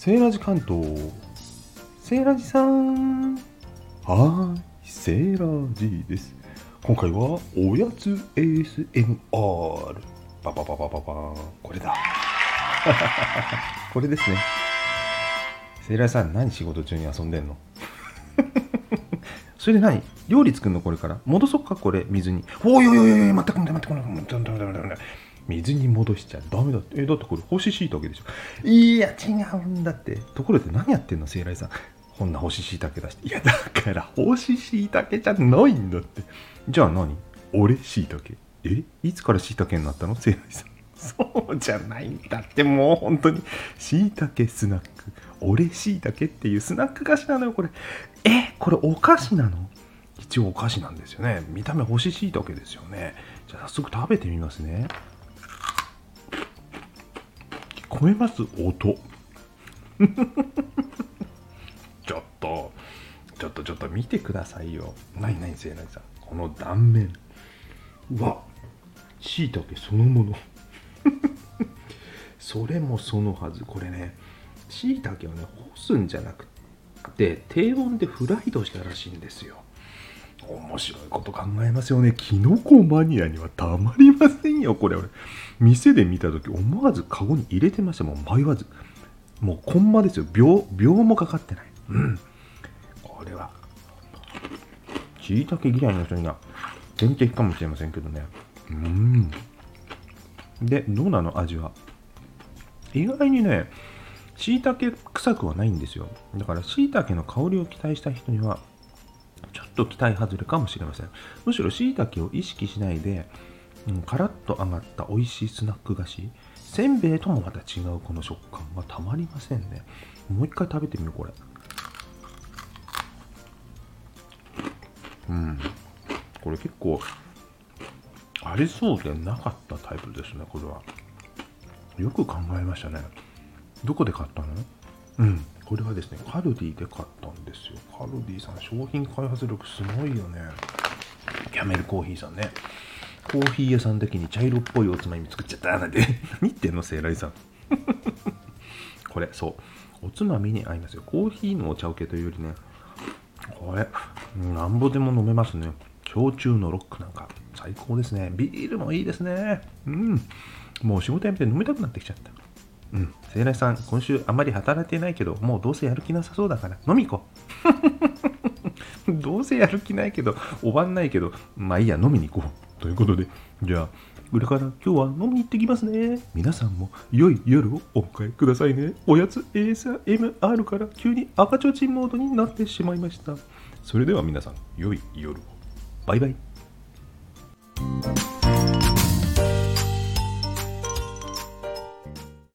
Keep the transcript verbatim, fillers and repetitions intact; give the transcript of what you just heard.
セーラジ関東。セーラジさん。はーい、セーラジです。今回はおやつ エーエスエムアール。パパパパパパーン。これだ。これですね。セーラジさん、何仕事中に遊んでんの？それで何料理作るの？これから戻そっか、これ水に。おいおいおいおい、待ってこない待ってこない待ってこない待ってこない。水に戻しちゃダメだって。えだってこれ干し椎茸でしょ。いや違うんだって。ところで何やってんのセイライさん。こんな干し椎茸出して。いやだから干し椎茸じゃないんだって。じゃあ何？俺椎茸。えいつから椎茸になったのセイライさん。そうじゃないんだって。もう本当に椎茸スナック、俺椎茸っていうスナック菓子なのよこれ。えこれお菓子なの？一応お菓子なんですよね。見た目干し椎茸ですよね。じゃあ早速食べてみますね。聞こえます？音。ちょっとちょっとちょっと見てくださいよ。なになにせいなりさん、この断面。うわ、椎茸そのもの。それもそのはず。これね、椎茸をね干すんじゃなくて低温でフライドしたらしいんですよ。面白いこと考えますよね。キノコマニアにはたまりませんよこれ。俺店で見た時思わずカゴに入れてましたもん。迷わず。もうコンマですよ。秒秒もかかってない。うん、これは椎茸嫌いの人には天敵かもしれませんけどね。うん。でどうなの味は。意外にね椎茸臭くはないんですよ。だから椎茸の香りを期待した人にはちょっと期待外れかもしれません。むしろ椎茸を意識しないで、うん、カラッと揚がった美味しいスナック菓子、せんべいともまた違うこの食感がたまりませんね。もう一回食べてみようこれ。うん、これ結構ありそうでなかったタイプですね。これはよく考えましたね。どこで買ったの？うん、これはですねカルディで買ったんですよ。カルディさん商品開発力すごいよね。キャメルコーヒーさんね。コーヒー屋さんだけに茶色っぽいおつまみ作っちゃったなんて。何言ってんのセイライさん。これそうおつまみに合いますよ。コーヒーのお茶受けというよりね、これなんぼでも飲めますね。焼酎のロックなんか最高ですね。ビールもいいですね。うん、もう仕事辞めて飲みたくなってきちゃった。うん、セイライさん今週あまり働いてないけどもうどうせやる気なさそうだから飲み行こう。どうせやる気ないけど終わんないけどまあいいや飲みに行こうということで、じゃあこれから今日は飲みに行ってきますね。皆さんも良い夜をお迎えくださいね。おやつ エーエスエムアール から急に赤ちょうちんモードになってしまいました。それでは皆さん良い夜を。バイバイ。